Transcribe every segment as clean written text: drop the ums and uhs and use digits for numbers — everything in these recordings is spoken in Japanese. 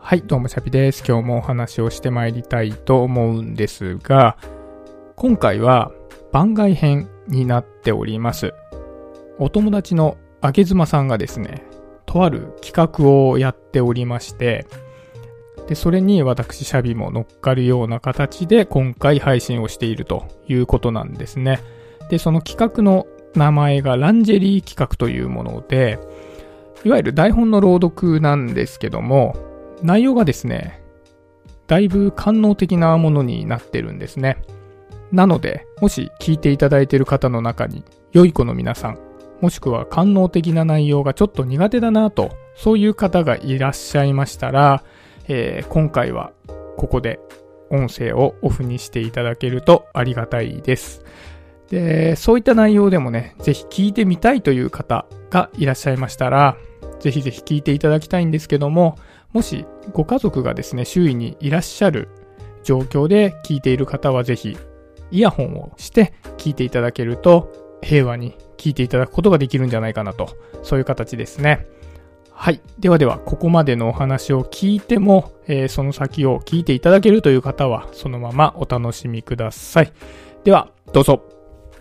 はい、どうもシャピです。今日もお話をしてまいりたいと思うんですが、今回は番外編になっております。お友達のあげずまさんがですね、とある企画をやっておりまして、で、それに私シャビも乗っかるような形で今回配信をしているということなんですね。で、その企画の名前がランジェリー企画というもので、いわゆる台本の朗読なんですけども、内容がですね、だいぶ官能的なものになってるんですね。なので、もし聞いていただいている方の中に、良い子の皆さん、もしくは官能的な内容がちょっと苦手だなと、そういう方がいらっしゃいましたら、今回はここで音声をオフにしていただけるとありがたいです。で、そういった内容でもね、ぜひ聞いてみたいという方がいらっしゃいましたら、ぜひぜひ聞いていただきたいんですけども、もしご家族がですね、周囲にいらっしゃる状況で聞いている方はぜひイヤホンをして聞いていただけると平和に聞いていただくことができるんじゃないかなと、そういう形ですね。はい。ではでは、ここまでのお話を聞いても、その先を聞いていただけるという方はそのままお楽しみください。では、どうぞ。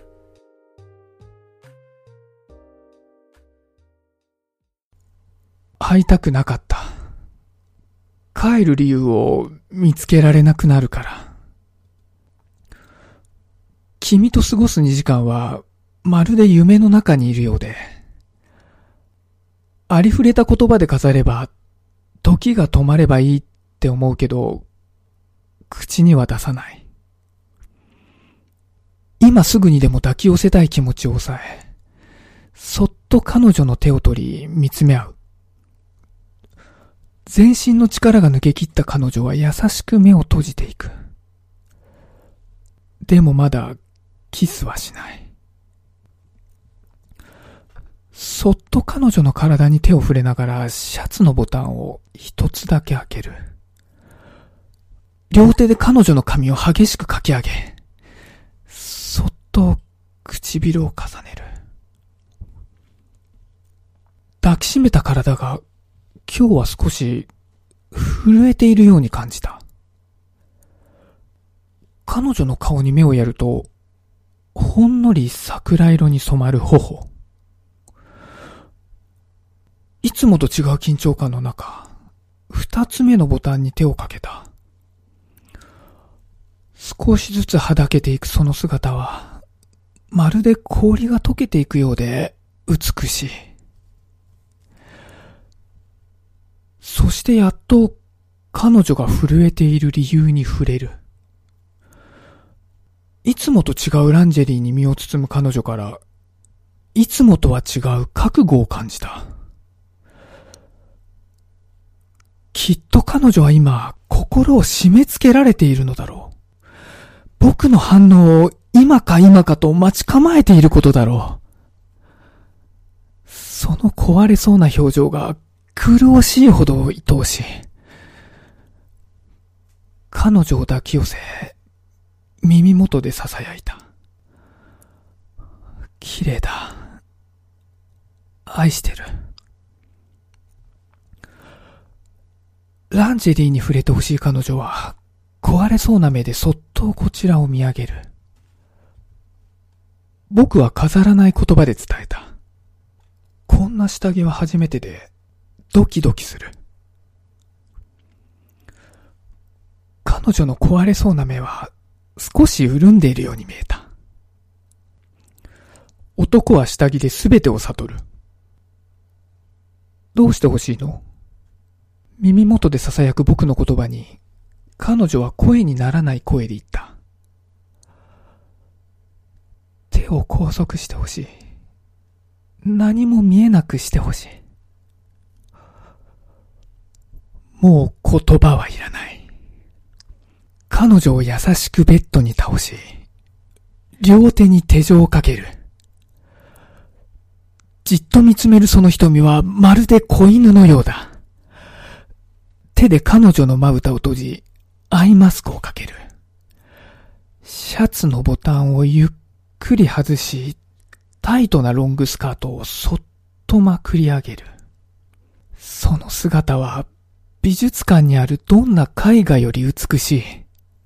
会いたくなかった。帰る理由を見つけられなくなるから。君と過ごす2時間はまるで夢の中にいるようで、ありふれた言葉で飾れば時が止まればいいって思うけど、口には出さない。今すぐにでも抱き寄せたい気持ちを抑え、そっと彼女の手を取り見つめ合う。全身の力が抜けきった彼女は優しく目を閉じていく。でもまだキスはしない。そっと彼女の体に手を触れながらシャツのボタンを一つだけ開ける。両手で彼女の髪を激しくかき上げ、そっと唇を重ねる。抱きしめた体が今日は少し震えているように感じた。彼女の顔に目をやると、ほんのり桜色に染まる頬。いつもと違う緊張感の中、二つ目のボタンに手をかけた。少しずつはだけていくその姿は、まるで氷が溶けていくようで美しい。そしてやっと彼女が震えている理由に触れる。いつもと違うランジェリーに身を包む彼女から、いつもとは違う覚悟を感じた。きっと彼女は今、心を締め付けられているのだろう。僕の反応を今か今かと待ち構えていることだろう。その壊れそうな表情が、苦しいほど愛おしい。彼女を抱き寄せ、耳元で囁いた。綺麗だ。愛してる。ランジェリーに触れてほしい彼女は、壊れそうな目でそっとこちらを見上げる。僕は飾らない言葉で伝えた。こんな下着は初めてで、ドキドキする。彼女の壊れそうな目は少し潤んでいるように見えた。男は下着で全てを悟る。どうしてほしいの？耳元で囁く僕の言葉に、彼女は声にならない声で言った。手を拘束してほしい。何も見えなくしてほしい。もう言葉はいらない。彼女を優しくベッドに倒し、両手に手錠をかける。じっと見つめるその瞳はまるで子犬のようだ。手で彼女のまぶたを閉じ、アイマスクをかける。シャツのボタンをゆっくり外し、タイトなロングスカートをそっとまくり上げる。その姿は美術館にあるどんな絵画より美しい。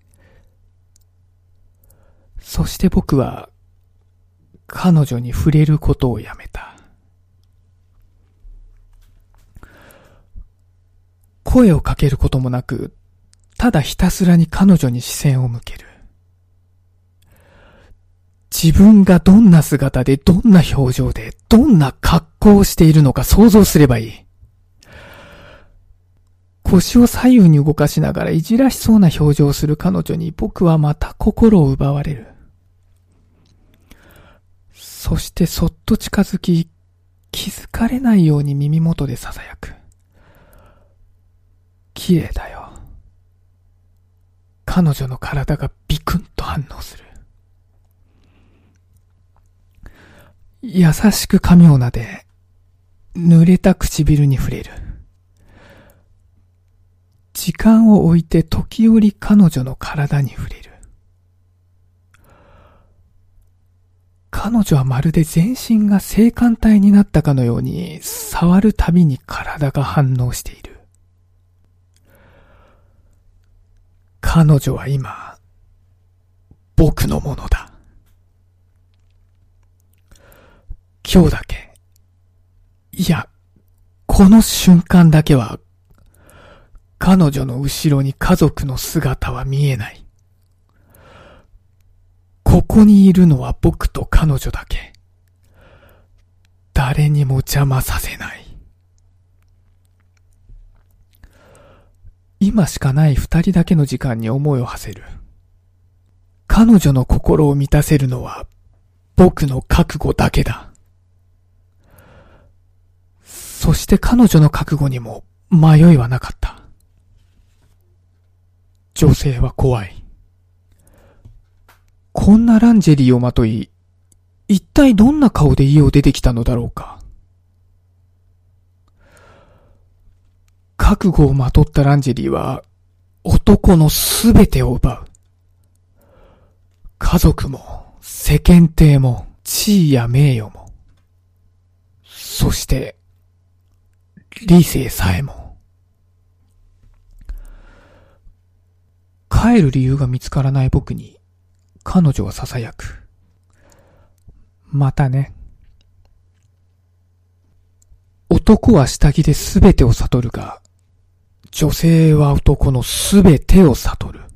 そして僕は彼女に触れることをやめた。声をかけることもなく、ただひたすらに彼女に視線を向ける。自分がどんな姿で、どんな表情で、どんな格好をしているのか想像すればいい。腰を左右に動かしながらいじらしそうな表情をする彼女に僕はまた心を奪われる。そしてそっと近づき、気づかれないように耳元で囁く。綺麗だよ。彼女の体がビクンと反応する。優しく髪を撫で、濡れた唇に触れる。時間を置いて時折彼女の体に触れる。彼女はまるで全身が性感帯になったかのように、触るたびに体が反応している。彼女は今、僕のものだ。今日だけ、いや、この瞬間だけは、彼女の後ろに家族の姿は見えない。ここにいるのは僕と彼女だけ。誰にも邪魔させない。今しかない二人だけの時間に思いを馳せる。彼女の心を満たせるのは僕の覚悟だけだ。そして彼女の覚悟にも迷いはなかった。女性は怖い。こんなランジェリーをまとい、一体どんな顔で家を出てきたのだろうか。覚悟をまとったランジェリーは男のすべてを奪う。家族も世間体も地位や名誉も、そして理性さえも。帰る理由が見つからない僕に彼女は囁く。またね。男は下着で全てを悟るが、女性は男のすべてを悟る。